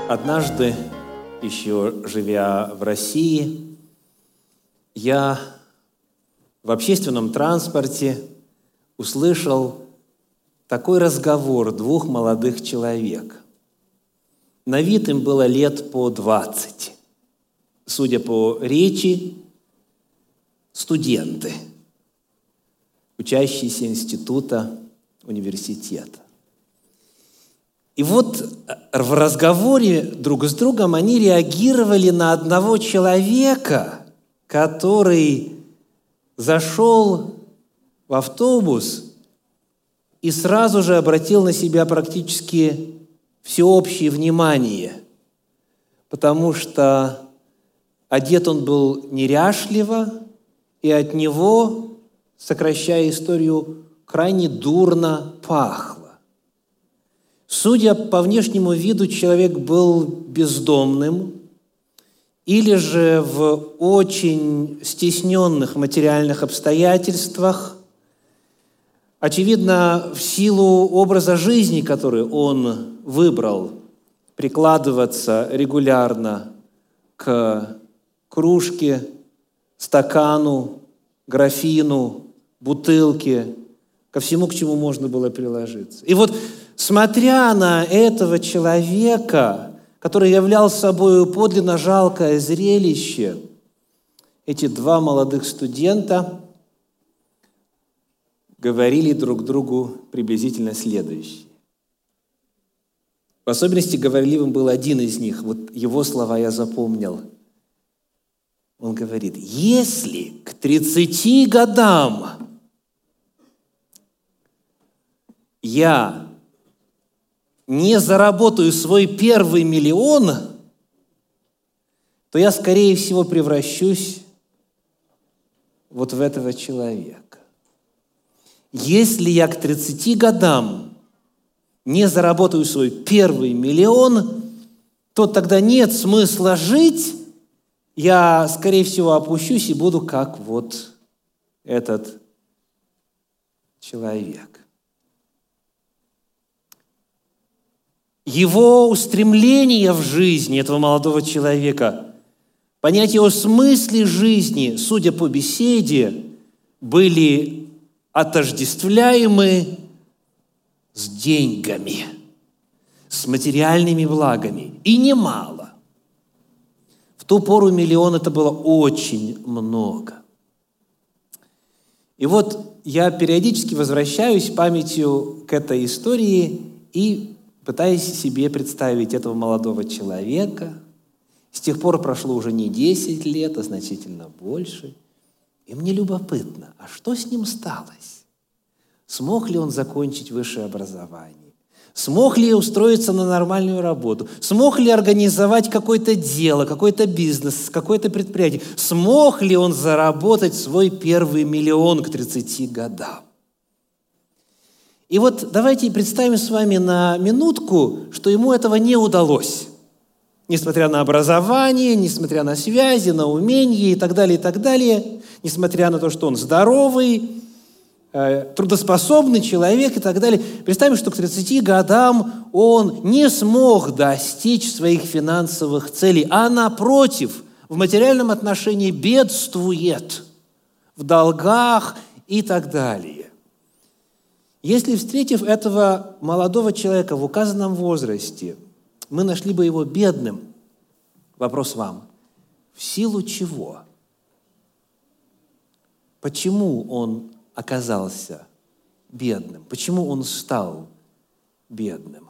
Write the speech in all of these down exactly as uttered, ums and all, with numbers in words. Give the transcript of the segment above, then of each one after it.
Однажды, еще живя в России, я в общественном транспорте услышал такой разговор двух молодых человек. На вид им было лет по двадцать. Судя по речи, студенты, учащиеся института, университета. И вот в разговоре друг с другом они реагировали на одного человека, который зашел в автобус и сразу же обратил на себя практически всеобщее внимание, потому что одет он был неряшливо, и от него, сокращая историю, крайне дурно пахло. Судя по внешнему виду, человек был бездомным или же в очень стесненных материальных обстоятельствах, очевидно, в силу образа жизни, который он выбрал, прикладываться регулярно к кружке, стакану, графину, бутылке, ко всему, к чему можно было приложиться. И вот, смотря на этого человека, который являл собой подлинно жалкое зрелище, эти два молодых студента говорили друг другу приблизительно следующее. В особенности говорливым был один из них. Вот его слова я запомнил. Он говорит: если к тридцати годам я не заработаю свой первый миллион, то я, скорее всего, превращусь вот в этого человека. Если я к тридцати годам не заработаю свой первый миллион, то тогда нет смысла жить, я, скорее всего, опущусь и буду как вот этот человек. Его устремления в жизни этого молодого человека, понятия о смысле жизни, судя по беседе, были отождествляемы с деньгами, с материальными благами. И немало. В ту пору миллион – это было очень много. И вот я периодически возвращаюсь памятью к этой истории и пытаясь себе представить этого молодого человека. С тех пор прошло уже не десять лет, а значительно больше. И мне любопытно, а что с ним сталось? Смог ли он закончить высшее образование? Смог ли устроиться на нормальную работу? Смог ли организовать какое-то дело, какой-то бизнес, какое-то предприятие? Смог ли он заработать свой первый миллион к тридцати годам? И вот давайте представим с вами на минутку, что ему этого не удалось. Несмотря на образование, несмотря на связи, на умения и так далее, и так далее, несмотря на то, что он здоровый, э, трудоспособный человек и так далее. Представим, что к тридцати годам он не смог достичь своих финансовых целей, а напротив, в материальном отношении бедствует, в долгах и так далее. Если, встретив этого молодого человека в указанном возрасте, мы нашли бы его бедным, вопрос вам: в силу чего? Почему он оказался бедным? Почему он стал бедным?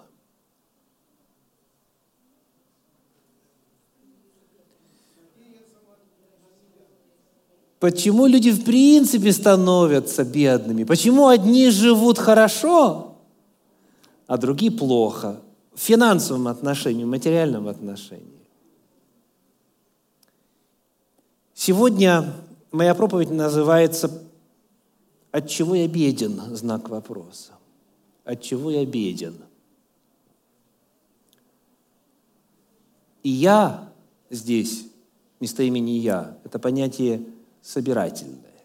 Почему люди в принципе становятся бедными? Почему одни живут хорошо, а другие плохо? В финансовом отношении, в материальном отношении. Сегодня моя проповедь называется «От чего я беден?» Знак вопроса. От чего я беден? И я здесь, местоимение «я», это понятие собирательное.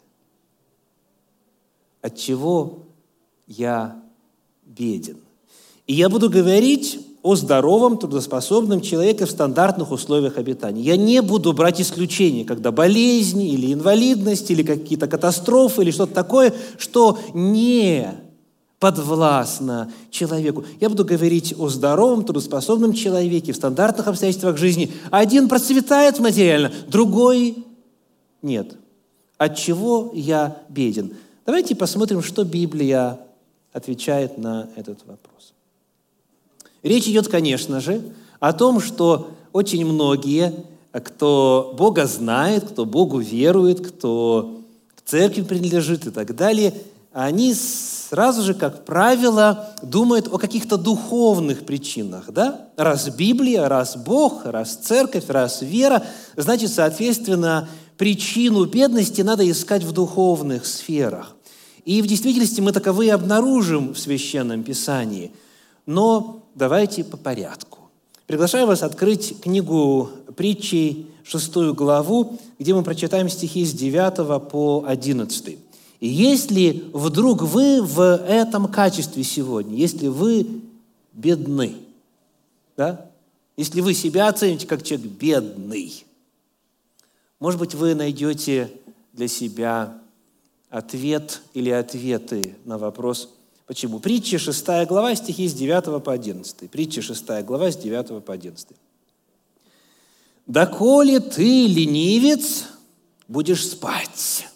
От чего я беден? И я буду говорить о здоровом, трудоспособном человеке в стандартных условиях обитания. Я не буду брать исключения, когда болезни или инвалидность, или какие-то катастрофы, или что-то такое, что не подвластно человеку. Я буду говорить о здоровом, трудоспособном человеке в стандартных обстоятельствах жизни. Один процветает материально, другой нет. От чего я беден? Давайте посмотрим, что Библия отвечает на этот вопрос. Речь идет, конечно же, о том, что очень многие, кто Бога знает, кто Богу верует, кто к церкви принадлежит и так далее, они сразу же, как правило, думают о каких-то духовных причинах. Да? Раз Библия, раз Бог, раз церковь, раз вера, значит, соответственно, причину бедности надо искать в духовных сферах. И в действительности мы таковые обнаружим в Священном Писании. Но давайте по порядку. Приглашаю вас открыть книгу Притчей, шестую главу, где мы прочитаем стихи с девятого по одиннадцатый. И если вдруг вы в этом качестве сегодня, если вы бедны, да? Если вы себя оцените как человек бедный, может быть, вы найдете для себя ответ или ответы на вопрос, почему. Притча, шестая глава, стихи с девятого по одиннадцатый. Притча, шестая глава, с девятого по одиннадцатый. «Доколе ты, ленивец, будешь спать,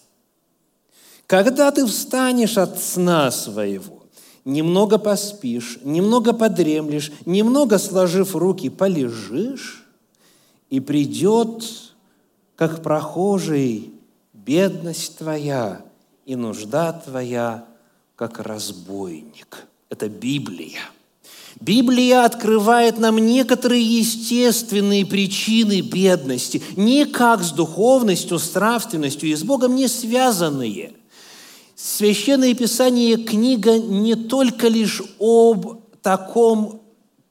когда ты встанешь от сна своего, немного поспишь, немного подремлешь, немного сложив руки, полежишь, и придет, как прохожий, бедность твоя и нужда твоя, как разбойник». Это Библия. Библия открывает нам некоторые естественные причины бедности, никак с духовностью, с нравственностью и с Богом не связанные. Священное Писание – книга не только лишь об таком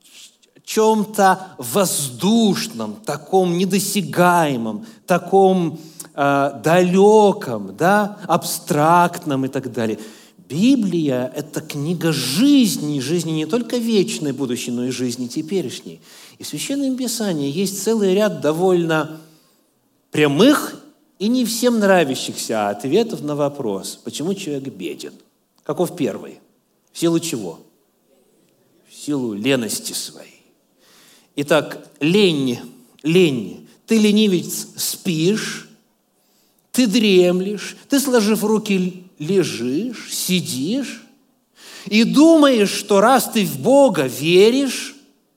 чем-то воздушном, таком недосягаемом, таком э, далеком, да, абстрактном и так далее. Библия – это книга жизни, жизни не только вечной будущей, но и жизни теперешней. И в Священном Писании есть целый ряд довольно прямых и не всем нравящихся ответов на вопрос, почему человек беден. Каков первый? В силу чего? В силу лености своей. Итак, лень, лень. Ты, ленивец, спишь, ты дремлешь, ты, сложив руки, лежишь, сидишь и думаешь, что раз ты в Бога веришь,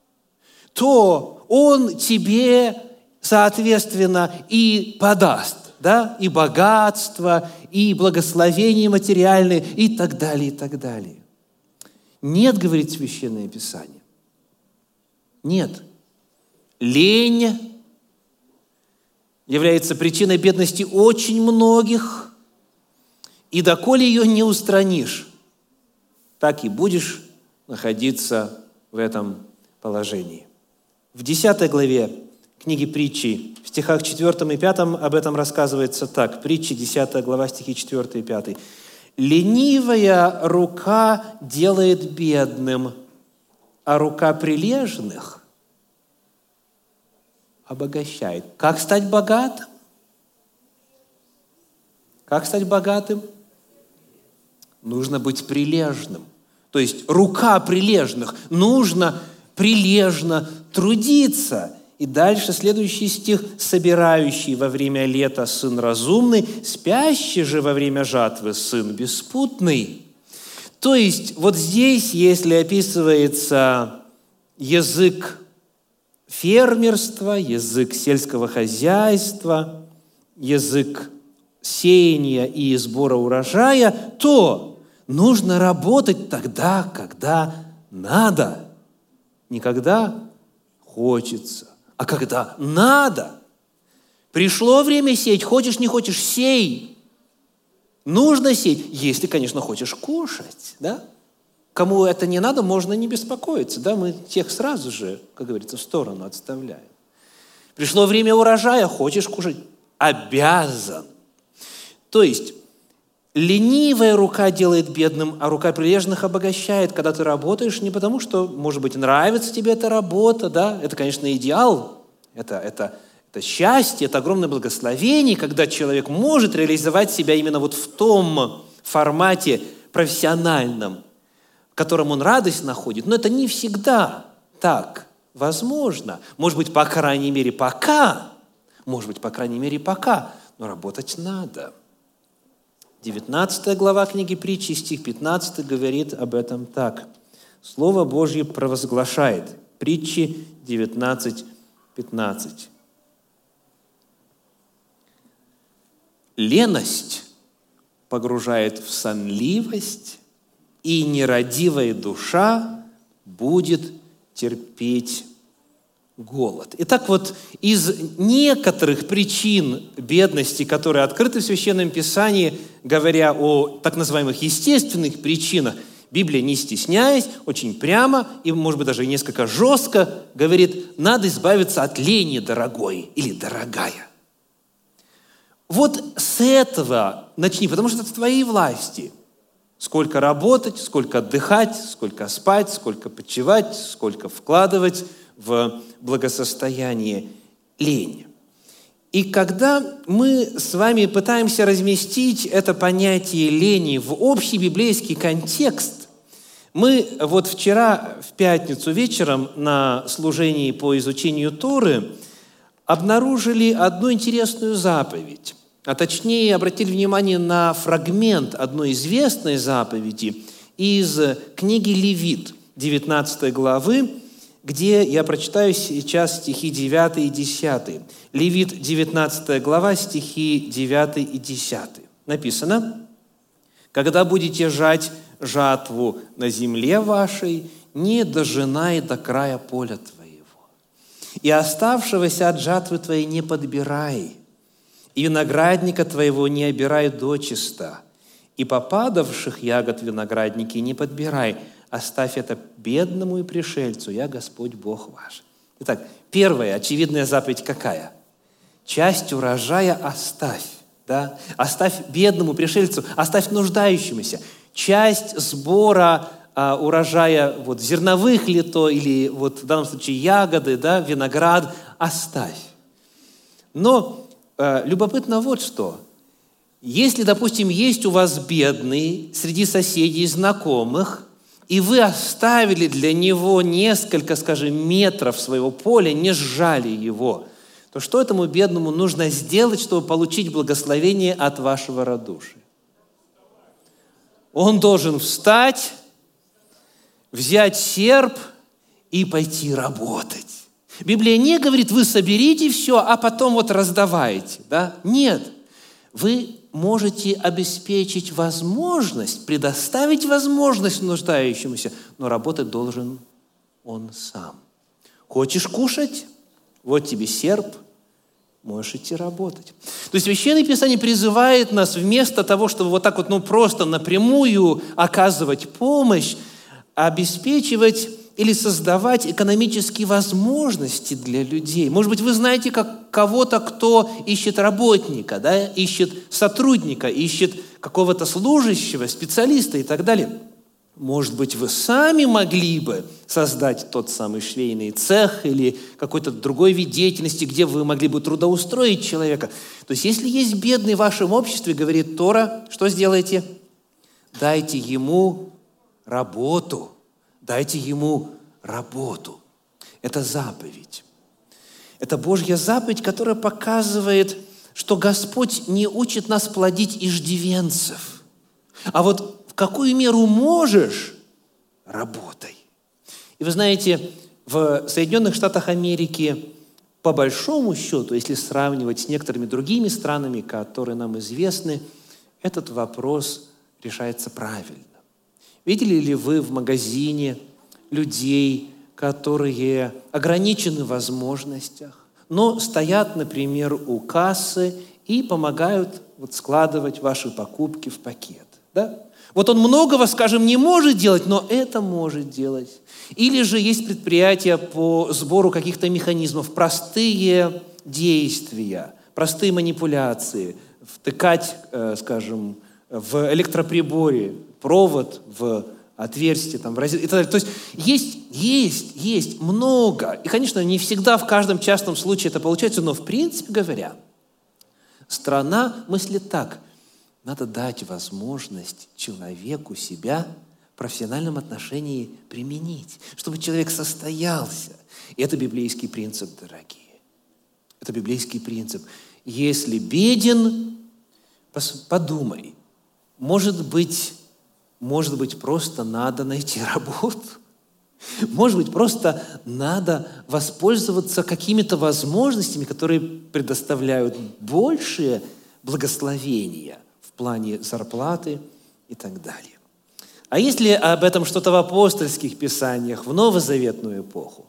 то Он тебе, соответственно, и подаст, да, и богатство, и благословение материальное, и так далее, и так далее. Нет, говорит Священное Писание. Нет. Лень является причиной бедности очень многих, и доколе ее не устранишь, так и будешь находиться в этом положении. В десятой главе книги Притчи, в стихах четвёртом и пятом об этом рассказывается так. Притчи, десятая глава, стихи четвёртый и пятый. «Ленивая рука делает бедным, а рука прилежных обогащает». Как стать богатым? Как стать богатым? Нужно быть прилежным. То есть рука прилежных. Нужно прилежно трудиться. И дальше следующий стих. «Собирающий во время лета сын разумный, спящий же во время жатвы сын беспутный». То есть вот здесь, если описывается язык фермерства, язык сельского хозяйства, язык сеяния и сбора урожая, то нужно работать тогда, когда надо. Не когда хочется, а когда надо. Пришло время сеять, хочешь, не хочешь, сей. Нужно сеять, если, конечно, хочешь кушать, да? Кому это не надо, можно не беспокоиться, да? Мы тех сразу же, как говорится, в сторону отставляем. Пришло время урожая, хочешь кушать, обязан. То есть ленивая рука делает бедным, а рука прилежных обогащает. Когда ты работаешь не потому, что, может быть, нравится тебе эта работа, да, это, конечно, идеал, это, это, это счастье, это огромное благословение, когда человек может реализовать себя именно вот в том формате профессиональном, в котором он радость находит. Но это не всегда так возможно. Может быть, по крайней мере, пока. Может быть, по крайней мере, пока. Но работать надо. девятнадцатая глава книги Притчи, стих пятнадцатый говорит об этом так. Слово Божье провозглашает. Притчи девятнадцать пятнадцать. Леность погружает в сонливость, и нерадивая душа будет терпеть голод. Итак, вот из некоторых причин бедности, которые открыты в Священном Писании, говоря о так называемых естественных причинах, Библия, не стесняясь, очень прямо и, может быть, даже несколько жестко говорит, надо избавиться от лени, дорогой или дорогая. Вот с этого начни, потому что это в твоей власти. Сколько работать, сколько отдыхать, сколько спать, сколько почивать, сколько вкладывать в благосостояние лень. И когда мы с вами пытаемся разместить это понятие лени в общий библейский контекст, мы вот вчера в пятницу вечером на служении по изучению Торы обнаружили одну интересную заповедь. А точнее, обратили внимание на фрагмент одной известной заповеди из книги Левит, девятнадцатой главы, где я прочитаю сейчас стихи девятый и десятый. Левит, девятнадцатая глава, стихи девятый и десятый. Написано: «Когда будете жать жатву на земле вашей, не дожинай до края поля твоего, и оставшегося от жатвы твоей не подбирай, и виноградника твоего не обирай дочиста, и попадавших ягод виноградники не подбирай, оставь это бедному и пришельцу, я Господь Бог ваш». Итак, первая очевидная заповедь какая? Часть урожая оставь, да? Оставь бедному пришельцу, оставь нуждающемуся. Часть сбора а, урожая вот, зерновых ли то, или вот в данном случае ягоды, да, виноград, оставь. Но любопытно вот что. Если, допустим, есть у вас бедный среди соседей и знакомых, и вы оставили для него несколько, скажем, метров своего поля, не сжали его, то что этому бедному нужно сделать, чтобы получить благословение от вашего радушия? Он должен встать, взять серп и пойти работать. Библия не говорит, вы соберите все, а потом вот раздавайте. Да? Нет. Вы можете обеспечить возможность, предоставить возможность нуждающемуся, но работать должен он сам. Хочешь кушать? Вот тебе серп, можешь идти работать. То есть Священное Писание призывает нас вместо того, чтобы вот так вот ну, просто напрямую оказывать помощь, обеспечивать или создавать экономические возможности для людей. Может быть, вы знаете как кого-то, кто ищет работника, да, ищет сотрудника, ищет какого-то служащего, специалиста и так далее. Может быть, вы сами могли бы создать тот самый швейный цех или какой-то другой вид деятельности, где вы могли бы трудоустроить человека. То есть, если есть бедный в вашем обществе, говорит Тора, что сделайте? Дайте ему работу. Дайте ему работу. Это заповедь. Это Божья заповедь, которая показывает, что Господь не учит нас плодить иждивенцев. А вот в какую меру можешь, работай. И вы знаете, в Соединенных Штатах Америки, по большому счету, если сравнивать с некоторыми другими странами, которые нам известны, этот вопрос решается правильно. Видели ли вы в магазине людей, которые ограничены в возможностях, но стоят, например, у кассы и помогают вот складывать ваши покупки в пакет? Да? Вот он многого, скажем, не может делать, но это может делать. Или же есть предприятия по сбору каких-то механизмов, простые действия, простые манипуляции, втыкать, скажем, в электроприборе, провод в отверстие, там, в розетку и так далее. То есть есть, есть, есть много. И, конечно, не всегда в каждом частном случае это получается, но, в принципе говоря, страна мыслит так. Надо дать возможность человеку себя в профессиональном отношении применить, чтобы человек состоялся. И это библейский принцип, дорогие. Это библейский принцип. Если беден, подумай, может быть, может быть, просто надо найти работу. Может быть, просто надо воспользоваться какими-то возможностями, которые предоставляют большие благословения в плане зарплаты и так далее. А есть ли об этом что-то в апостольских писаниях в новозаветную эпоху?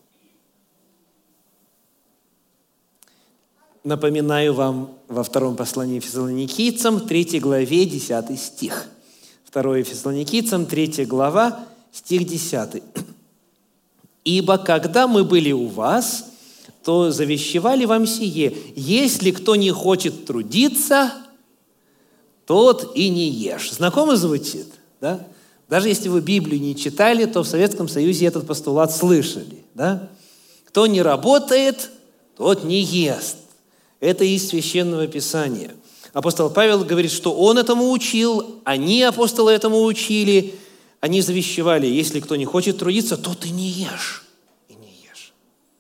Напоминаю вам во втором послании Фессалоникийцам, третьей главе, десятый стих. Второе Фессалоникийцам, третья глава, стих десятый. «Ибо когда мы были у вас, то завещевали вам сие: если кто не хочет трудиться, тот и не ешь». Знакомо звучит, да? Даже если вы Библию не читали, то в Советском Союзе этот постулат слышали, да? Кто не работает, тот не ест. Это из Священного Писания. Апостол Павел говорит, что он этому учил, они, апостолы, этому учили. Они завещевали: если кто не хочет трудиться, то ты не ешь. И не ешь.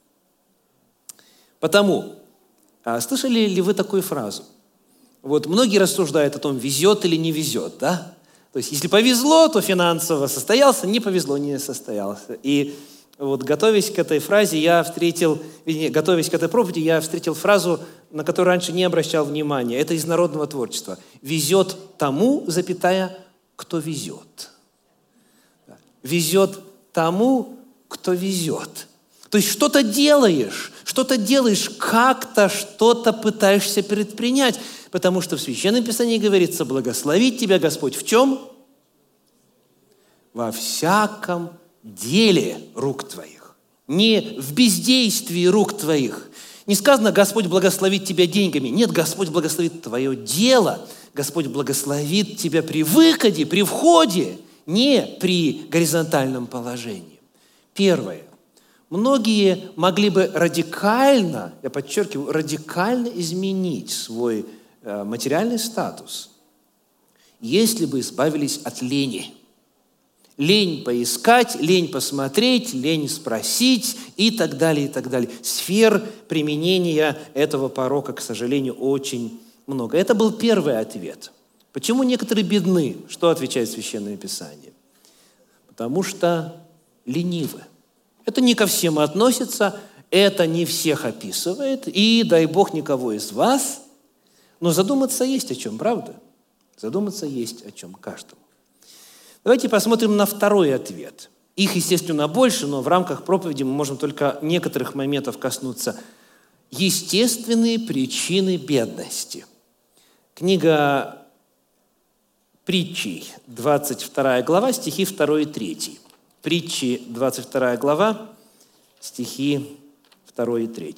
Потому, а слышали ли вы такую фразу? Вот многие рассуждают о том, везет или не везет, да? То есть, если повезло, то финансово состоялся, не повезло, не состоялся. И вот, готовясь к этой фразе, я встретил, готовясь к этой проповеди, я встретил фразу, на которую раньше не обращал внимания. Это из народного творчества. «Везет тому, запятая, кто везет». Везет тому, кто везет. То есть что-то делаешь, что-то делаешь, как-то что-то пытаешься предпринять. Потому что в Священном Писании говорится: благословить тебя Господь в чем? Во всяком деле рук твоих. Не в бездействии рук твоих. Не сказано: Господь благословит тебя деньгами. Нет, Господь благословит твое дело. Господь благословит тебя при выходе, при входе, не при горизонтальном положении. Первое. Многие могли бы радикально, я подчеркиваю, радикально изменить свой э, материальный статус, если бы избавились от лени. Лень поискать, лень посмотреть, лень спросить и так далее, и так далее. Сфер применения этого порока, к сожалению, очень много. Это был первый ответ. Почему некоторые бедны? Что отвечает Священное Писание? Потому что ленивы. Это не ко всем относится, это не всех описывает, и, дай Бог, никого из вас. Но задуматься есть о чем, правда? Задуматься есть о чем каждому. Давайте посмотрим на второй ответ. Их, естественно, больше, но в рамках проповеди мы можем только некоторых моментов коснуться. Естественные причины бедности. Книга Притчей, двадцать вторая глава, стихи два и три. Притчи, двадцать вторая глава, стихи два и три.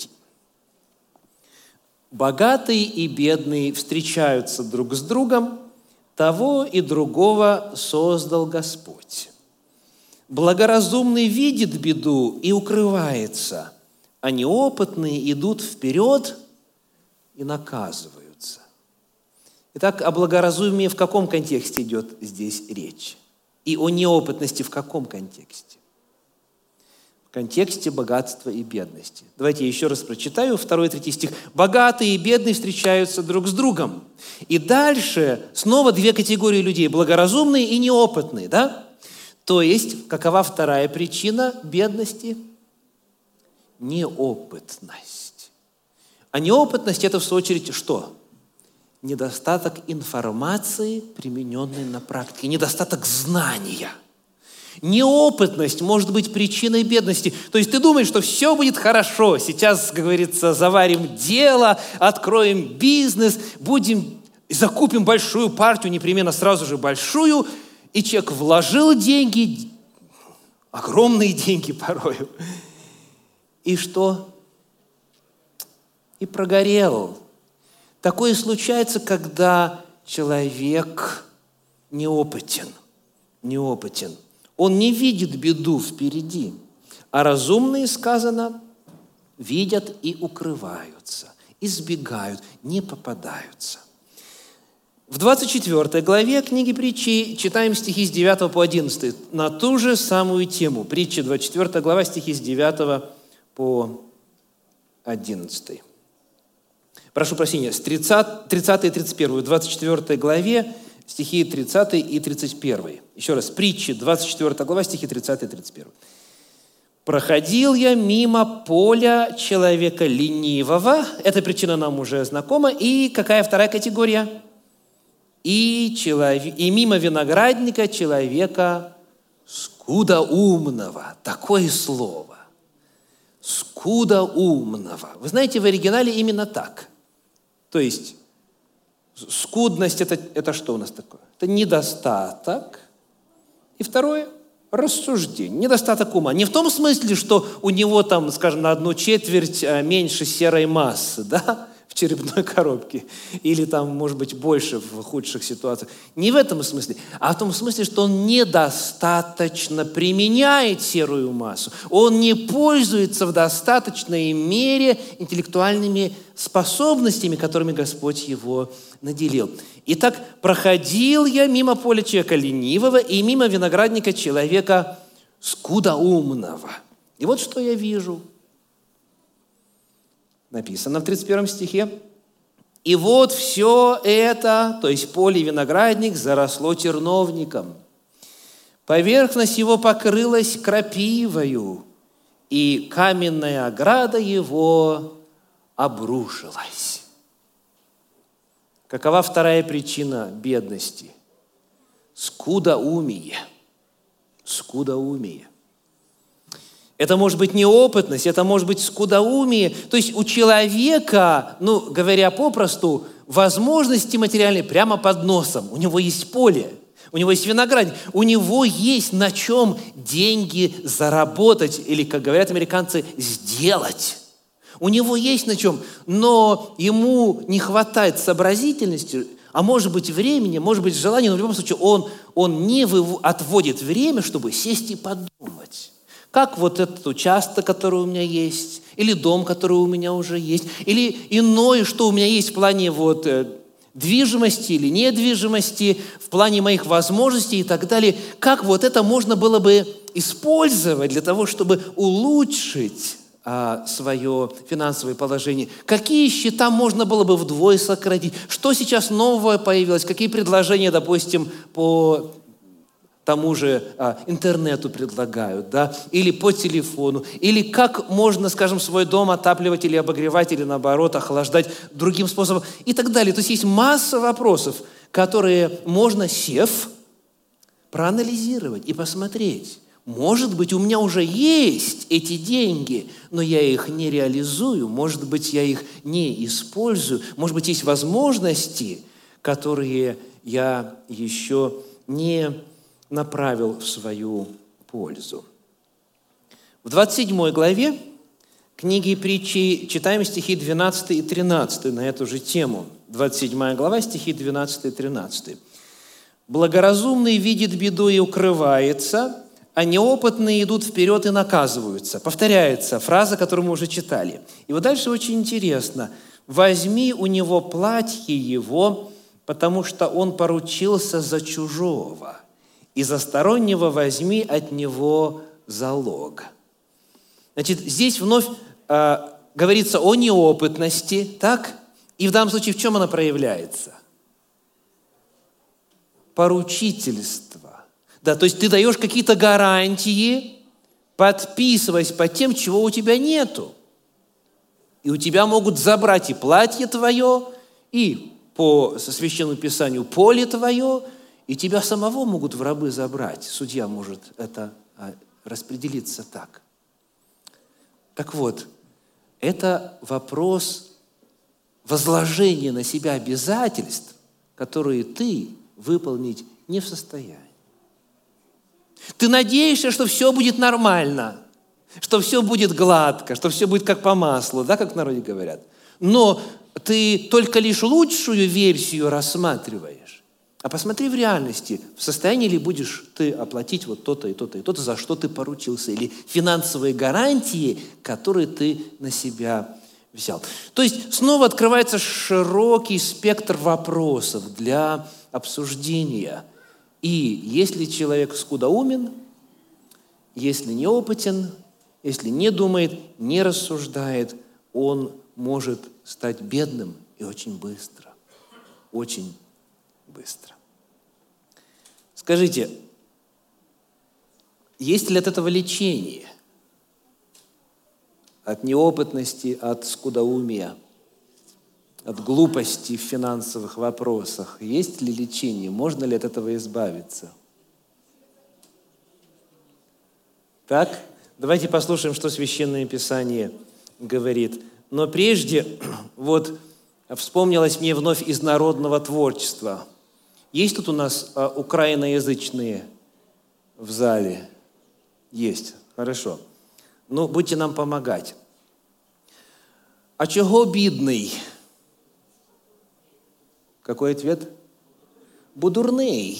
«Богатый и бедный встречаются друг с другом, того и другого создал Господь. Благоразумный видит беду и укрывается, а неопытные идут вперед и наказываются». Итак, о благоразумии в каком контексте идет здесь речь? И о неопытности в каком контексте? В контексте богатства и бедности. Давайте я еще раз прочитаю второй и третий стих. «Богатые и бедные встречаются друг с другом». И дальше снова две категории людей – благоразумные и неопытные. Да? То есть, какова вторая причина бедности? Неопытность. А неопытность – это, в свою очередь, что? Недостаток информации, примененной на практике, недостаток знания. Неопытность может быть причиной бедности. То есть ты думаешь, что все будет хорошо. Сейчас, как говорится, заварим дело, откроем бизнес, будем, закупим большую партию, непременно сразу же большую, и человек вложил деньги, огромные деньги порою. И что? И прогорел. Такое случается, когда человек неопытен, неопытен. Он не видит беду впереди, а разумные, сказано, видят и укрываются, избегают, не попадаются. В двадцать четвёртой главе книги Притчи читаем стихи с девятого по одиннадцатый на ту же самую тему. Притча, двадцать четвёртая глава, стихи с девятого по одиннадцатый. Прошу прощения, с тридцатой и тридцать первой, в двадцать четвёртой главе стихи тридцатый и тридцать первый. Еще раз, Притчи, двадцать четвёртая глава, стихи тридцатый и тридцать первый. «Проходил я мимо поля человека ленивого». Эта причина нам уже знакома. И какая вторая категория? И, человек, и мимо виноградника человека скудоумного. Такое слово. Скудоумного. Вы знаете, в оригинале именно так. То есть, скудность это, – это что у нас такое? Это недостаток. И второе – рассуждение. Недостаток ума. Не в том смысле, что у него там, скажем, на одну четверть меньше серой массы, да, в черепной коробке, или там, может быть, больше в худших ситуациях. Не в этом смысле, а в том смысле, что он недостаточно применяет серую массу. Он не пользуется в достаточной мере интеллектуальными способностями, которыми Господь его наделил. Итак, проходил я мимо поля человека ленивого и мимо виноградника человека скудоумного. И вот что я вижу. Написано в тридцать первом стихе. «И вот все это, то есть поле и виноградник, заросло терновником. Поверхность его покрылась крапивою, и каменная ограда его обрушилась». Какова вторая причина бедности? Скудоумие. Скудоумие. Это может быть неопытность, это может быть скудоумие. То есть у человека, ну, говоря попросту, возможности материальные прямо под носом. У него есть поле, у него есть виноградник, у него есть на чем деньги заработать, или, как говорят американцы, сделать. У него есть на чем, но ему не хватает сообразительности, а может быть времени, может быть желания, но в любом случае он, он не выв... отводит время, чтобы сесть и подумать. Как вот этот участок, который у меня есть, или дом, который у меня уже есть, или иное, что у меня есть в плане вот, движимости или недвижимости, в плане моих возможностей и так далее. Как вот это можно было бы использовать для того, чтобы улучшить а, свое финансовое положение? Какие счета можно было бы вдвое сократить? Что сейчас новое появилось? Какие предложения, допустим, по тому же а, интернету предлагают, да, или по телефону, или как можно, скажем, свой дом отапливать или обогревать, или наоборот, охлаждать другим способом и так далее. То есть есть масса вопросов, которые можно, сев, проанализировать и посмотреть. Может быть, у меня уже есть эти деньги, но я их не реализую, может быть, я их не использую, может быть, есть возможности, которые я еще не направил в свою пользу. В двадцать седьмой главе книги Притчи читаем стихи двенадцатый и тринадцатый на эту же тему. двадцать седьмая глава, стихи двенадцатый и тринадцатый. «Благоразумный видит беду и укрывается, а неопытные идут вперед и наказываются». Повторяется фраза, которую мы уже читали. И вот дальше очень интересно. «Возьми у него платье его, потому что он поручился за чужого. И за стороннего возьми от него залог». Значит, здесь вновь э, говорится о неопытности, так? И в данном случае в чем она проявляется? Поручительство. Да, то есть ты даешь какие-то гарантии, подписываясь под тем, чего у тебя нету. И у тебя могут забрать и платье твое, и по Священному Писанию поле твое, и тебя самого могут в рабы забрать. Судья может это распределиться так. Так вот, это вопрос возложения на себя обязательств, которые ты выполнить не в состоянии. Ты надеешься, что все будет нормально, что все будет гладко, что все будет как по маслу, да, как в народе говорят. Но ты только лишь лучшую версию рассматриваешь. а посмотри в реальности, в состоянии ли будешь ты оплатить вот то-то и то-то и то-то, за что ты поручился, или финансовые гарантии, которые ты на себя взял. То есть снова открывается широкий спектр вопросов для обсуждения. И если человек скудоумен, если неопытен, если не думает, не рассуждает, он может стать бедным и очень быстро. Очень быстро. Скажите, есть ли от этого лечение? От неопытности, от скудоумия, от глупости в финансовых вопросах? Есть ли лечение? Можно ли от этого избавиться? Так? Давайте послушаем, что Священное Писание говорит. Но прежде, вот, вспомнилось мне вновь из народного творчества. Есть тут у нас а, украиноязычные в зале? Есть. Хорошо. Ну, будьте нам помогать. А чого бідний? Какой ответ? Бо дурний.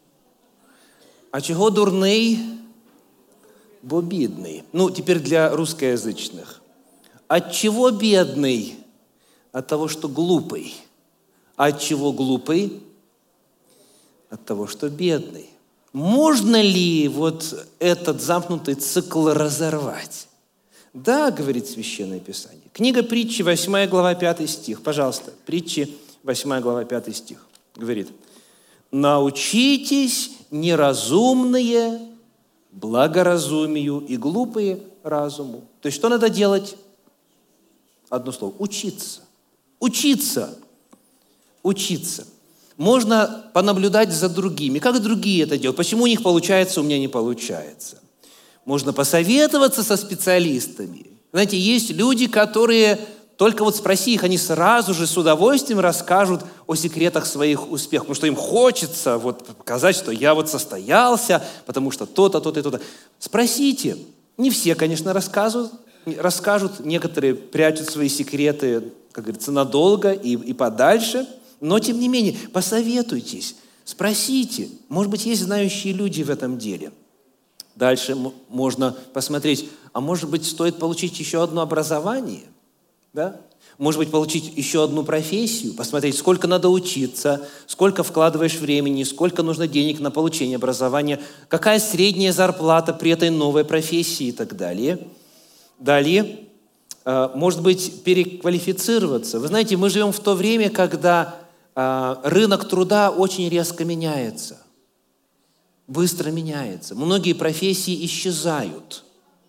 А чого дурний? Бо бідний. Ну, теперь для русскоязычных. От чего бедный? От того, что глупый. А от чего глупый? От того, что бедный. Можно ли вот этот замкнутый цикл разорвать? Да, говорит Священное Писание. Книга Притчи, восьмая глава, пятый стих. Пожалуйста, Притчи, восьмая глава, пятый стих. Говорит: «Научитесь, неразумные, благоразумию, и глупые разуму». То есть что надо делать? Одно слово – учиться. Учиться. Учиться. Можно понаблюдать за другими. Как другие это делают? Почему у них получается, у меня не получается? Можно посоветоваться со специалистами. Знаете, есть люди, которые, только вот спроси их, они сразу же с удовольствием расскажут о секретах своих успехов, потому что им хочется вот показать, что я вот состоялся, потому что то-то, то-то и то-то. Спросите. Не все, конечно, рассказывают, расскажут, некоторые прячут свои секреты, как говорится, надолго и, и подальше, но, тем не менее, посоветуйтесь, спросите. Может быть, есть знающие люди в этом деле. Дальше можно посмотреть, а может быть, стоит получить еще одно образование, да? Может быть, получить еще одну профессию, посмотреть, сколько надо учиться, сколько вкладываешь времени, сколько нужно денег на получение образования, какая средняя зарплата при этой новой профессии и так далее. Далее, может быть, переквалифицироваться. Вы знаете, мы живем в то время, когда рынок труда очень резко меняется, быстро меняется. Многие профессии исчезают.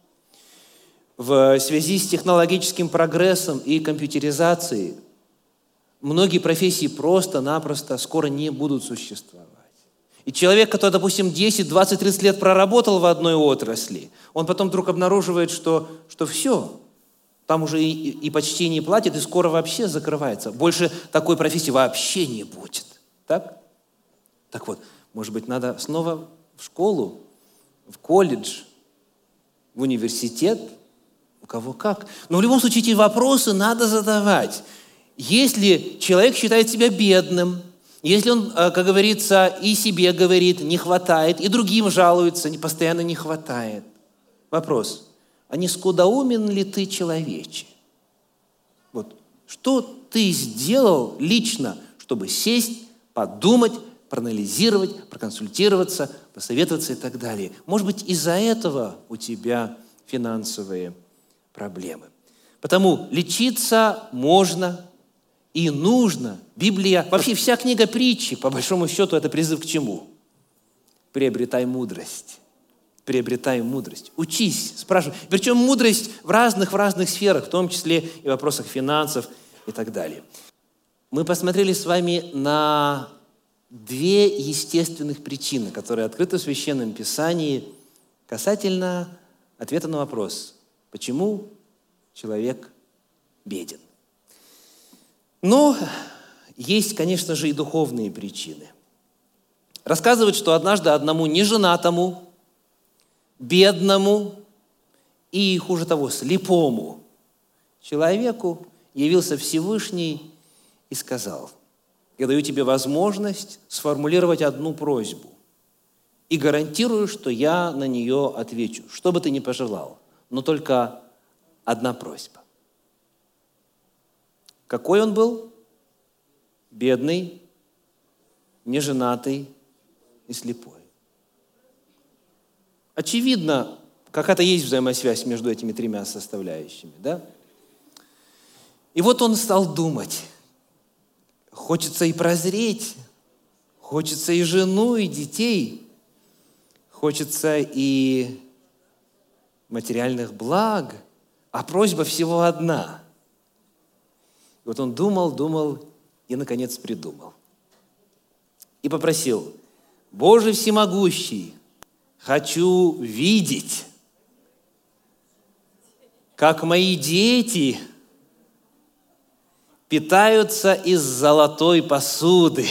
В связи с технологическим прогрессом и компьютеризацией многие профессии просто-напросто скоро не будут существовать. И человек, который, допустим, десять, двадцать, тридцать лет проработал в одной отрасли, он потом вдруг обнаруживает, что, что все, там уже и, и почти не платят, и скоро вообще закрывается. Больше такой профессии вообще не будет. Так? Так вот, может быть, надо снова в школу, в колледж, в университет, у кого как. Но в любом случае эти вопросы надо задавать. Если человек считает себя бедным, если он, как говорится, и себе говорит, не хватает, и другим жалуется, постоянно не хватает. Вопрос: а не скудоумен ли ты, человече? Вот. Что ты сделал лично, чтобы сесть, подумать, проанализировать, проконсультироваться, посоветоваться и так далее? Может быть, из-за этого у тебя финансовые проблемы. Потому лечиться можно и нужно. Библия, вообще вся книга Притчи, по большому счету, это призыв к чему? Приобретай мудрость. Приобретай мудрость. Учись, спрашивай. Причем мудрость в разных, в разных сферах, в том числе и в вопросах финансов и так далее. Мы посмотрели с вами на две естественных причины, которые открыты в Священном Писании касательно ответа на вопрос, почему человек беден. Но есть, конечно же, и духовные причины. Рассказывают, что однажды одному неженатому, бедному и, хуже того, слепому человеку явился Всевышний и сказал, я даю тебе возможность сформулировать одну просьбу и гарантирую, что я на нее отвечу, что бы ты ни пожелал, но только одна просьба. Какой он был? Бедный, неженатый и слепой. Очевидно, какая-то есть взаимосвязь между этими тремя составляющими, да? И вот он стал думать. Хочется и прозреть, хочется и жену, и детей, хочется и материальных благ, а просьба всего одна. И вот он думал, думал и, наконец, придумал. И попросил: «Боже всемогущий, хочу видеть, как мои дети питаются из золотой посуды».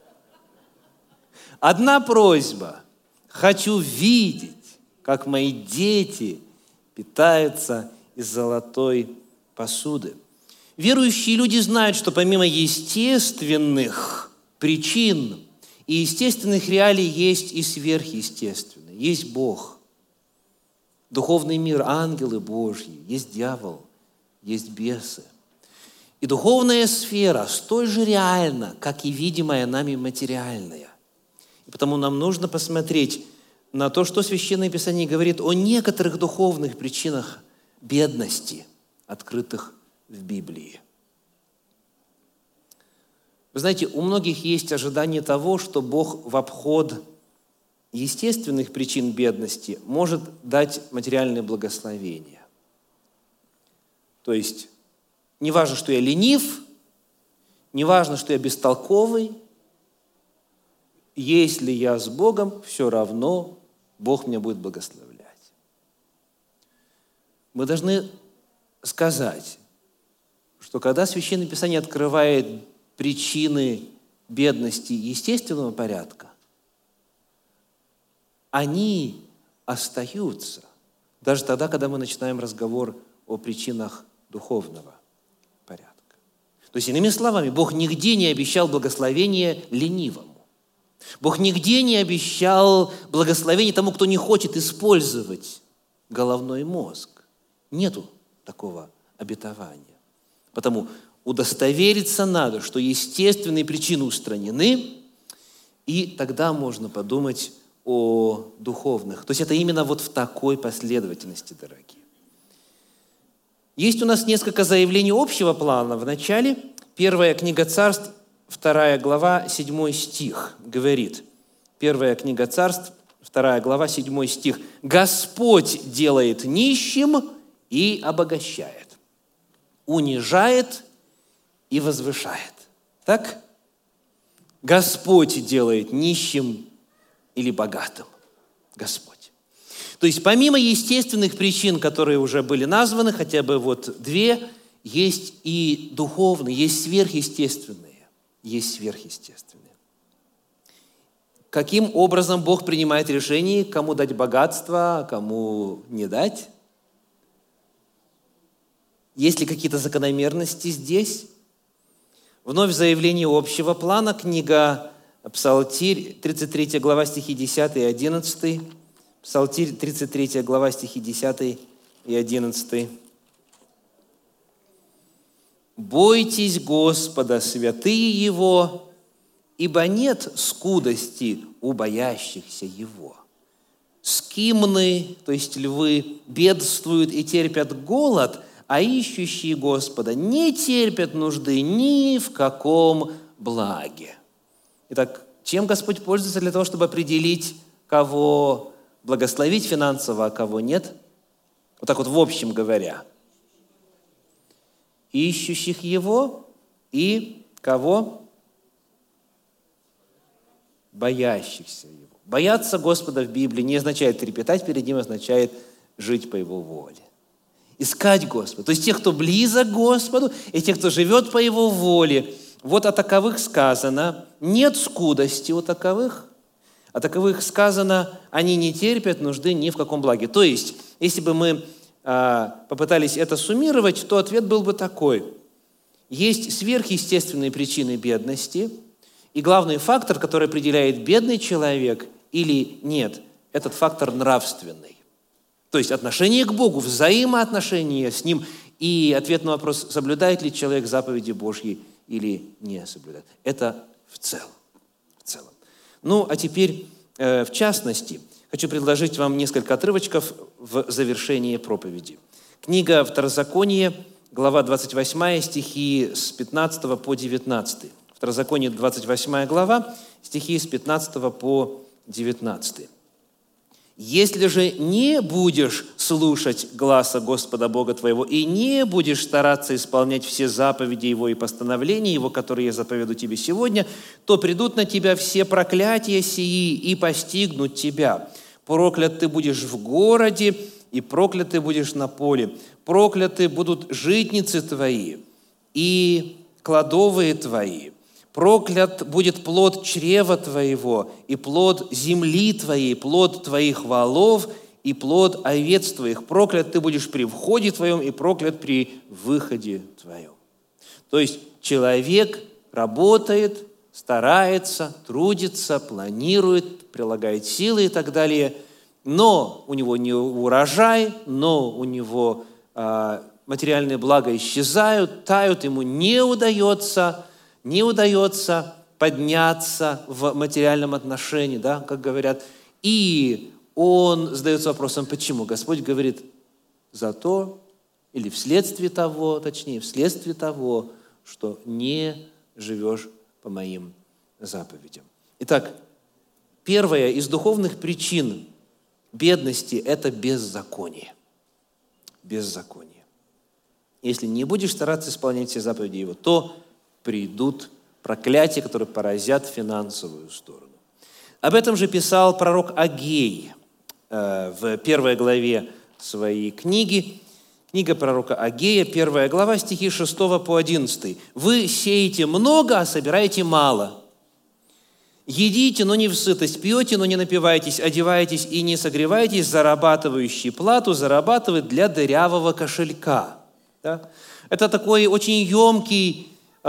Одна просьба. Хочу видеть, как мои дети питаются из золотой посуды. Верующие люди знают, что помимо естественных причин и естественных реалий есть и сверхъестественные. Есть Бог, духовный мир, ангелы Божьи, есть дьявол, есть бесы. И духовная сфера столь же реальна, как и видимая нами материальная. И потому нам нужно посмотреть на то, что Священное Писание говорит о некоторых духовных причинах бедности, открытых в Библии. Вы знаете, у многих есть ожидание того, что Бог в обход естественных причин бедности может дать материальное благословение. То есть, не важно, что я ленив, не важно, что я бестолковый, если я с Богом, все равно Бог меня будет благословлять. Мы должны сказать, что когда Священное Писание открывает причины бедности естественного порядка, они остаются даже тогда, когда мы начинаем разговор о причинах духовного порядка. То есть, иными словами, Бог нигде не обещал благословение ленивому. Бог нигде не обещал благословение тому, кто не хочет использовать головной мозг. Нету такого обетования. Потому удостовериться надо, что естественные причины устранены, и тогда можно подумать о духовных. То есть это именно вот в такой последовательности, дорогие. Есть у нас несколько заявлений общего плана. В начале первая книга Царств, вторая глава, седьмой стих говорит. Первая книга Царств, вторая глава, седьмой стих. «Господь делает нищим и обогащает, унижает и возвышает». Так? Господь делает нищим или богатым. Господь. То есть помимо естественных причин, которые уже были названы, хотя бы вот две, есть и духовные, есть сверхъестественные. Есть сверхъестественные. Каким образом Бог принимает решение, кому дать богатство, кому не дать? Есть ли какие-то закономерности здесь? Вновь заявление общего плана, книга Псалтирь, тридцать третья глава, стихи десятый и одиннадцатый. Псалтирь, тридцать третья глава, стихи десятый и одиннадцатый. «Бойтесь Господа, святые Его, ибо нет скудости у боящихся Его. Скимны, то есть львы, бедствуют и терпят голод, а ищущие Господа не терпят нужды ни в каком благе». Итак, чем Господь пользуется для того, чтобы определить, кого благословить финансово, а кого нет? Вот так вот в общем говоря. Ищущих Его и кого? Боящихся Его. Бояться Господа в Библии не означает трепетать перед Ним, означает жить по Его воле. Искать Господа. То есть тех, кто близок к Господу, и тех, кто живет по Его воле. Вот о таковых сказано, нет скудости у таковых. О таковых сказано, они не терпят нужды ни в каком благе. То есть, если бы мы а, попытались это суммировать, то ответ был бы такой. Есть сверхъестественные причины бедности, И главный фактор, который определяет, бедный человек или нет, этот фактор нравственный. То есть отношение к Богу, взаимоотношения с Ним и ответ на вопрос, соблюдает ли человек заповеди Божьи или не соблюдает. Это в целом. В целом. Ну, а теперь, э, в частности, хочу предложить вам несколько отрывочков в завершении проповеди. Книга Второзаконие, глава двадцать восьмая, стихи с пятнадцатого по девятнадцатый. Второзаконие, двадцать восьмая глава, стихи с пятнадцатого по девятнадцатый. «Если же не будешь слушать гласа Господа Бога твоего и не будешь стараться исполнять все заповеди Его и постановления Его, которые я заповеду тебе сегодня, то придут на тебя все проклятия сии и постигнут тебя. Проклят ты будешь в городе, и проклят ты будешь на поле. Прокляты будут житницы твои и кладовые твои. Проклят будет плод чрева твоего, и плод земли твоей, плод твоих волов, и плод овец твоих. Проклят ты будешь при входе твоем, и проклят при выходе твоем». То есть человек работает, старается, трудится, планирует, прилагает силы и так далее, но у него не урожай, но у него а, материальные блага исчезают, тают, ему не удается не удается подняться в материальном отношении, да, как говорят. И он задается вопросом, почему? Господь говорит, зато, или вследствие того, точнее, вследствие того, что не живешь по моим заповедям. Итак, первая из духовных причин бедности – это беззаконие. Беззаконие. Если не будешь стараться исполнять все заповеди Его, то придут проклятия, которые поразят финансовую сторону. Об этом же писал пророк Агей э, в первой главе своей книги. Книга пророка Агея, первая глава, стихи шестого по одиннадцатый. «Вы сеете много, а собираете мало. Едите, но не в сытость, пьете, но не напиваетесь, одеваетесь и не согреваетесь, зарабатывающий плату зарабатывает для дырявого кошелька». Да? Это такой очень емкий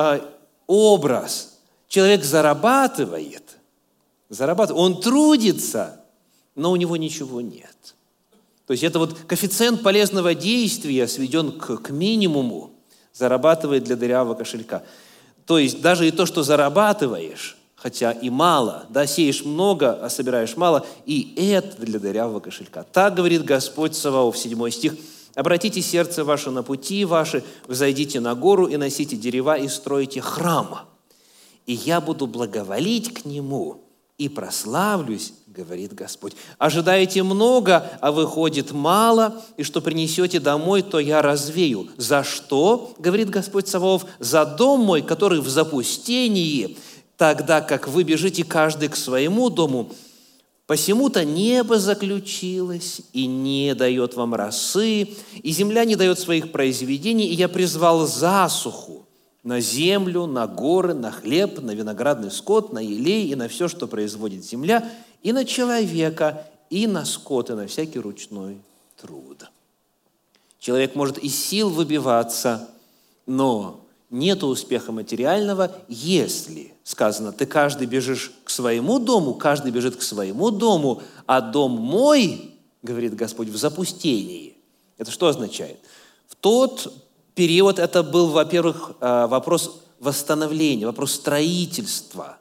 образ. Человек зарабатывает, зарабатывает, он трудится, но у него ничего нет. То есть это вот коэффициент полезного действия сведен к, к минимуму, зарабатывает для дырявого кошелька. То есть даже и то, что зарабатываешь, хотя и мало, да, сеешь много, а собираешь мало, и это для дырявого кошелька. Так говорит Господь Саваоф, седьмой стих. «Обратите сердце ваше на пути ваши, взойдите на гору и носите дерева и стройте храм, и я буду благоволить к нему и прославлюсь, говорит Господь. Ожидаете много, а выходит мало, и что принесете домой, то я развею. За что, говорит Господь Саваоф, за дом мой, который в запустении, тогда как вы бежите каждый к своему дому. Посему-то небо заключилось и не дает вам росы, и земля не дает своих произведений, и я призвал засуху на землю, на горы, на хлеб, на виноградный скот, на елей и на все, что производит земля, и на человека, и на скот, и на всякий ручной труд». Человек может из сил выбиваться, но нет успеха материального, если, сказано, ты каждый бежишь к своему дому, каждый бежит к своему дому, а дом мой, говорит Господь, в запустении. Это что означает? В тот период это был, во-первых, вопрос восстановления, вопрос строительства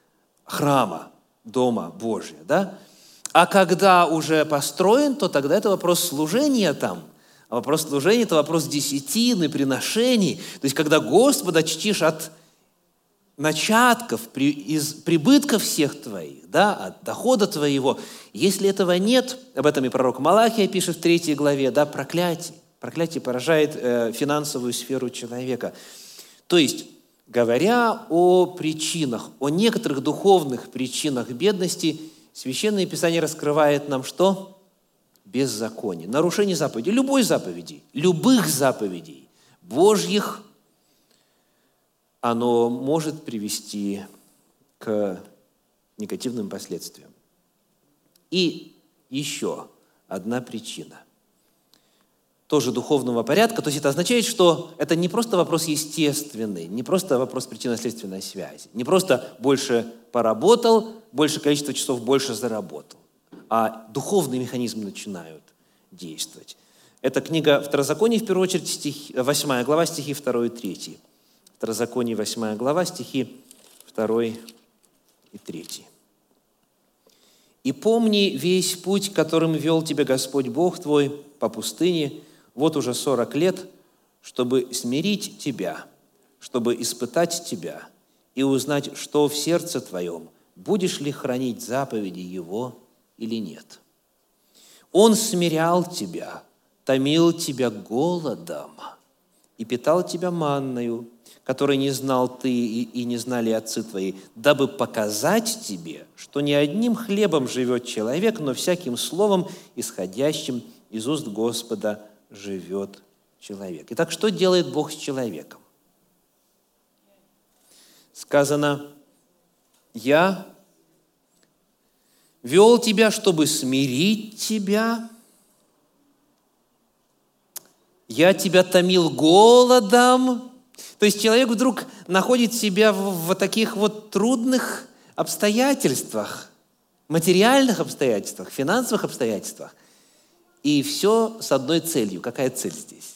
храма, дома Божия, да? А когда уже построен, то тогда это вопрос служения там. А вопрос служения – это вопрос десятины, приношений. То есть, когда Господа чтишь от начатков, из прибытков всех твоих, да, от дохода твоего. Если этого нет, об этом и пророк Малахия пишет в третьей главе, да, проклятие. Проклятие поражает э, финансовую сферу человека. То есть, говоря о причинах, о некоторых духовных причинах бедности, Священное Писание раскрывает нам что? Беззаконие, нарушение заповедей, любой заповеди, любых заповедей Божьих, оно может привести к негативным последствиям. И еще одна причина. тоже духовного порядка. То есть это означает, что это не просто вопрос естественный, не просто вопрос причинно-следственной связи, не просто больше поработал, больше количество часов больше заработал, а духовные механизмы начинают действовать. Это книга Второзакония, в первую очередь, стих, восьмая глава, стихи второй и третий. Второзаконие, восьмая глава, стихи второй и третий. «И помни весь путь, которым вел тебя Господь Бог твой по пустыне, вот уже сорок лет, чтобы смирить тебя, чтобы испытать тебя и узнать, что в сердце твоем, будешь ли хранить заповеди Его или нет. Он смирял тебя, томил тебя голодом и питал тебя манною, которой не знал ты и, и не знали отцы твои, дабы показать тебе, что не одним хлебом живет человек, но всяким словом, исходящим из уст Господа, живет человек». Итак, что делает Бог с человеком? Сказано: «Я вел тебя, чтобы смирить тебя, я тебя томил голодом». То есть человек вдруг находит себя в, в таких вот трудных обстоятельствах, материальных обстоятельствах, финансовых обстоятельствах. И все с одной целью. Какая цель здесь?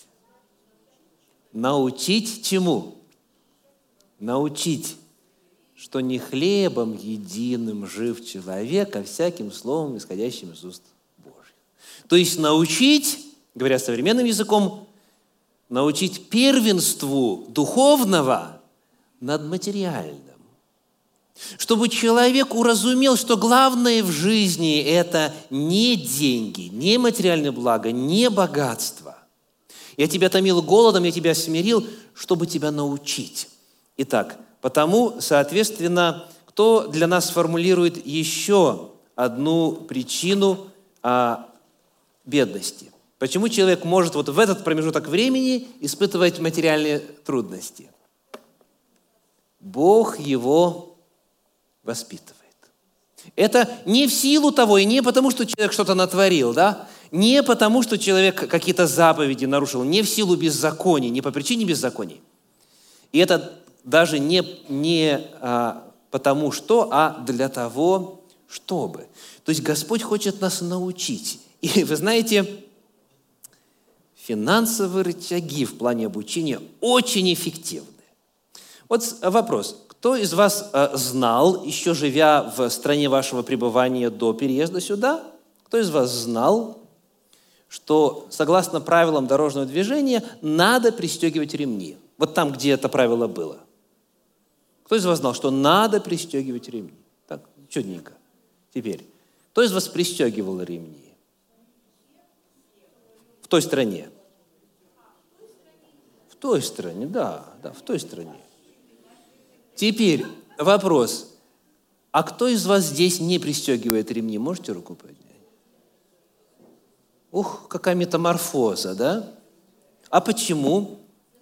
Научить чему? Научить, что не хлебом единым жив человек, а всяким словом, исходящим из уст Божьих. То есть научить, говоря современным языком, научить первенству духовного над материальным. Чтобы человек уразумел, что главное в жизни – это не деньги, не материальное благо, не богатство. Я тебя томил голодом, я тебя смирил, чтобы тебя научить. Итак, потому, соответственно, кто для нас сформулирует еще одну причину а, бедности? Почему человек может вот в этот промежуток времени испытывать материальные трудности? Бог его воспитывает. Это не в силу того, и не потому, что человек что-то натворил, да? Не потому, что человек какие-то заповеди нарушил, не в силу беззакония, не по причине беззаконий. И это даже не, не а, потому что, а для того, чтобы. То есть Господь хочет нас научить. И вы знаете, финансовые рычаги в плане обучения очень эффективны. Вот вопрос. Кто из вас знал, еще живя в стране вашего пребывания до переезда сюда, кто из вас знал, что согласно правилам дорожного движения надо пристегивать ремни? Вот там, где это правило было. Кто из вас знал, что надо пристегивать ремни? Так, чудненько. Теперь, кто из вас пристегивал ремни? В той стране. В той стране, да, да, в той стране. Теперь вопрос. А кто из вас здесь не пристегивает ремни? Можете руку поднять? Ух, какая метаморфоза, да? А почему?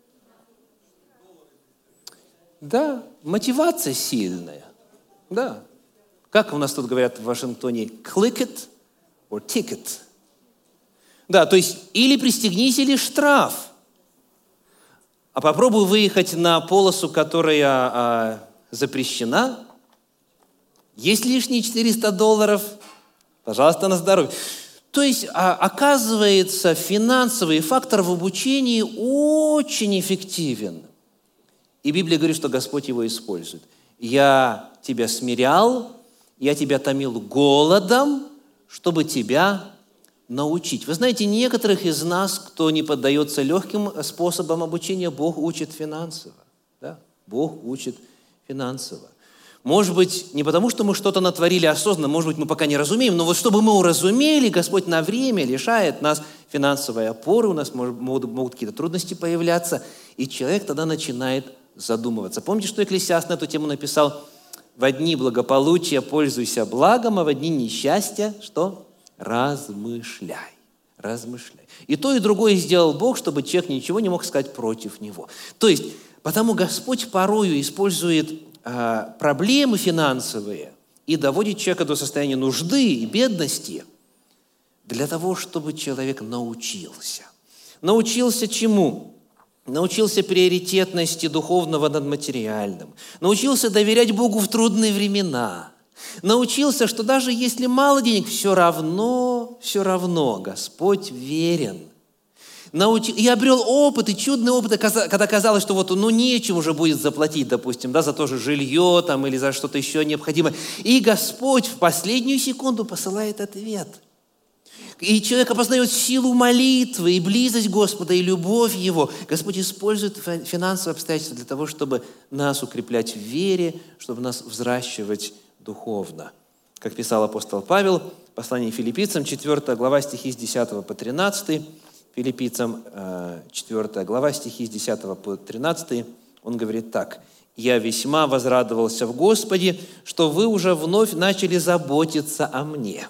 Да, мотивация сильная. Да. Как у нас тут говорят в Вашингтоне? Click it or ticket. Да, то есть или пристегнись, или штраф. А попробуй выехать на полосу, которая а, запрещена. Есть лишние четыреста долларов? Пожалуйста, на здоровье. То есть, а, оказывается, финансовый фактор в обучении очень эффективен. И Библия говорит, что Господь его использует. «Я тебя смирял, я тебя томил голодом, чтобы тебя научить». Вы знаете, некоторых из нас, кто не поддается легким способам обучения, Бог учит финансово. Да? Бог учит финансово. Может быть, не потому, что мы что-то натворили осознанно, может быть, мы пока не разумеем, но вот чтобы мы уразумели, Господь на время лишает нас финансовой опоры, у нас может, могут, могут какие-то трудности появляться, и человек тогда начинает задумываться. Помните, что Экклесиаст на эту тему написал? «В дни благополучия пользуйся благом, а в дни несчастья» что? Размышляй, размышляй. И то, и другое сделал Бог, чтобы человек ничего не мог сказать против него. То есть, потому Господь порою использует э, проблемы финансовые и доводит человека до состояния нужды и бедности для того, чтобы человек научился. Научился чему? Научился приоритетности духовного над материальным. Научился доверять Богу в трудные времена. Научился, что даже если мало денег, все равно, все равно Господь верен. Науч... И обрел опыт, и чудный опыт, когда казалось, что вот, ну, нечем уже будет заплатить, допустим, да, за то же жилье там, или за что-то еще необходимое. И Господь в последнюю секунду посылает ответ. И человек опознает силу молитвы, и близость Господа, и любовь Его. Господь использует финансовые обстоятельства для того, чтобы нас укреплять в вере, чтобы нас взращивать духовно. Как писал апостол Павел, послание Филиппийцам, четвёртая глава, стихи с десятого по тринадцатый, Филиппийцам четвёртая глава, стихи с десятого по тринадцатый, он говорит так: «Я весьма возрадовался в Господе, что вы уже вновь начали заботиться о мне.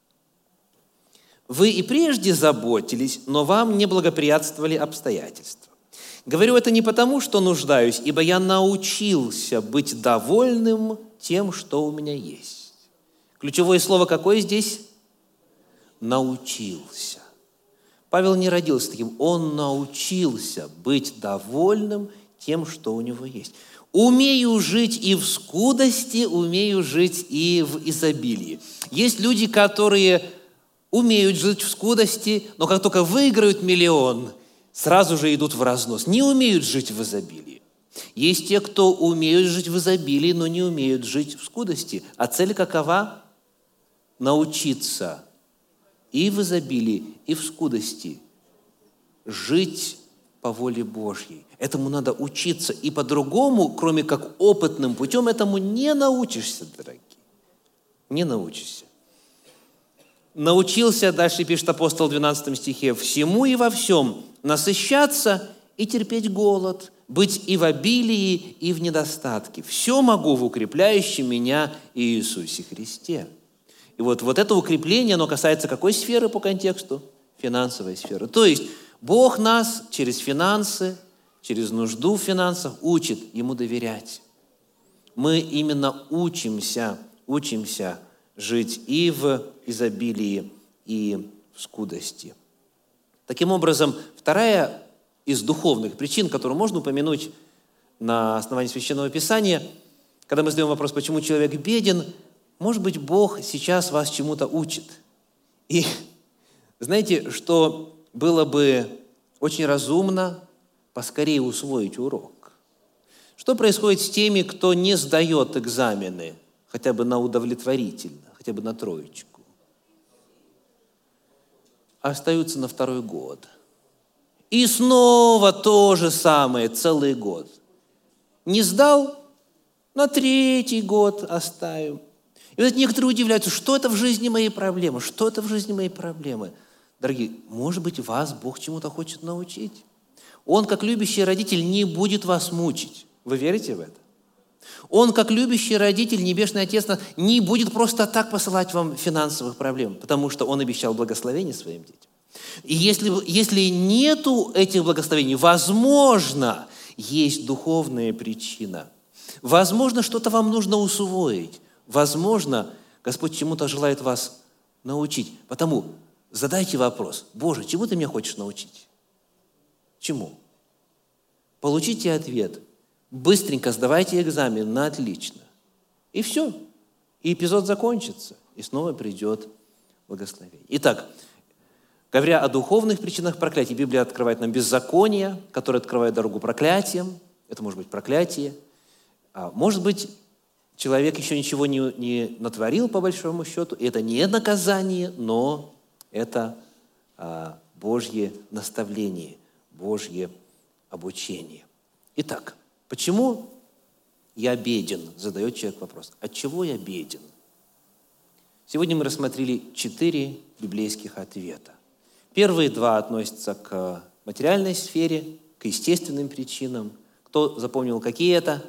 Вы и прежде заботились, но вам не благоприятствовали обстоятельства. Говорю это не потому, что нуждаюсь, ибо я научился быть довольным тем, что у меня есть». Ключевое слово какое здесь? Научился. Павел не родился таким, он научился быть довольным тем, что у него есть. Умею жить и в скудости, умею жить и в изобилии. Есть люди, которые умеют жить в скудости, но как только выиграют миллион, сразу же идут в разнос. Не умеют жить в изобилии. Есть те, кто умеют жить в изобилии, но не умеют жить в скудости. А цель какова? Научиться и в изобилии, и в скудости жить по воле Божьей. Этому надо учиться. И по-другому, кроме как опытным путем, этому не научишься, дорогие. Не научишься. Научился, дальше пишет апостол в двенадцатом стихе, «всему и во всем насыщаться и терпеть голод, быть и в обилии, и в недостатке. Все могу в укрепляющем меня Иисусе Христе». И вот, вот это укрепление, оно касается какой сферы по контексту? Финансовой сферы. То есть Бог нас через финансы, через нужду в финансах учит Ему доверять. Мы именно учимся, учимся жить и в изобилии, и в скудости. Таким образом, вторая из духовных причин, которую можно упомянуть на основании Священного Писания, когда мы задаем вопрос, почему человек беден, может быть, Бог сейчас вас чему-то учит. И знаете, что было бы очень разумно поскорее усвоить урок? Что происходит с теми, кто не сдает экзамены, хотя бы на удовлетворительно, хотя бы на троечку, а остаются на второй год? И снова то же самое целый год. Не сдал? На третий год оставим. И вот некоторые удивляются, что это в жизни моей проблемы, что это в жизни моей проблемы. Дорогие, может быть, вас Бог чему-то хочет научить. Он, как любящий родитель, не будет вас мучить. Вы верите в это? Он, как любящий родитель, Небесный Отец, не будет просто так посылать вам финансовых проблем, потому что Он обещал благословение своим детям. И если, если нету этих благословений, возможно, есть духовная причина. Возможно, что-то вам нужно усвоить. Возможно, Господь чему-то желает вас научить. Потому задайте вопрос: Боже, чему ты меня хочешь научить? Чему? Получите ответ. Быстренько сдавайте экзамен на отлично. И все. И эпизод закончится. И снова придет благословение. Итак, говоря о духовных причинах проклятия, Библия открывает нам беззаконие, которое открывает дорогу проклятиям. Это может быть проклятие. А может быть, человек еще ничего не, не натворил, по большому счету. И это не наказание, но это а, Божье наставление, Божье обучение. Итак, почему я беден? Задает человек вопрос. От чего я беден? Сегодня мы рассмотрели четыре библейских ответа. Первые два относятся к материальной сфере, к естественным причинам. Кто запомнил, какие это?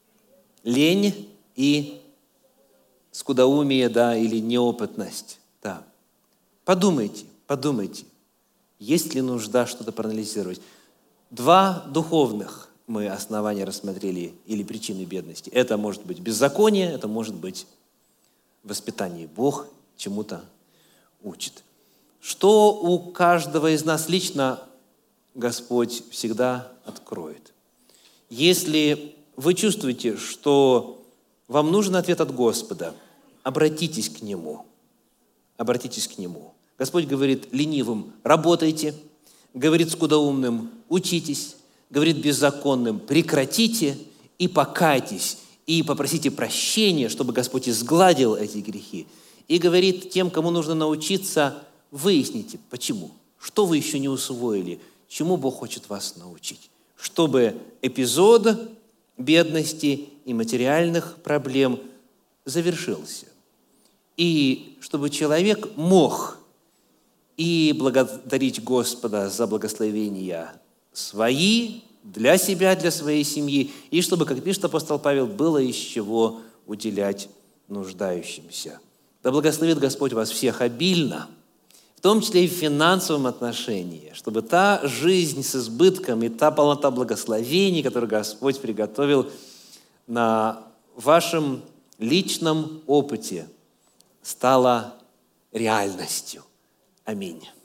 Лень и скудоумие, да, или неопытность. Да. Подумайте, подумайте, есть ли нужда что-то проанализировать. Два духовных мы основания рассмотрели, или причины бедности. Это может быть беззаконие, это может быть воспитание. Бог чему-то учит. Что у каждого из нас лично Господь всегда откроет. Если вы чувствуете, что вам нужен ответ от Господа, обратитесь к Нему. Обратитесь к Нему. Господь говорит ленивым: работайте, говорит скудоумным: учитесь, говорит беззаконным: прекратите и покайтесь, и попросите прощения, чтобы Господь изгладил эти грехи. И говорит тем, кому нужно научиться: выясните, почему, что вы еще не усвоили, чему Бог хочет вас научить, чтобы эпизод бедности и материальных проблем завершился. И чтобы человек мог и благодарить Господа за благословения свои, для себя, для своей семьи, и чтобы, как пишет апостол Павел, было из чего уделять нуждающимся. Да благословит Господь вас всех обильно, в том числе и в финансовом отношении, чтобы та жизнь с избытком и та полнота благословений, которую Господь приготовил на вашем личном опыте, стала реальностью. Аминь.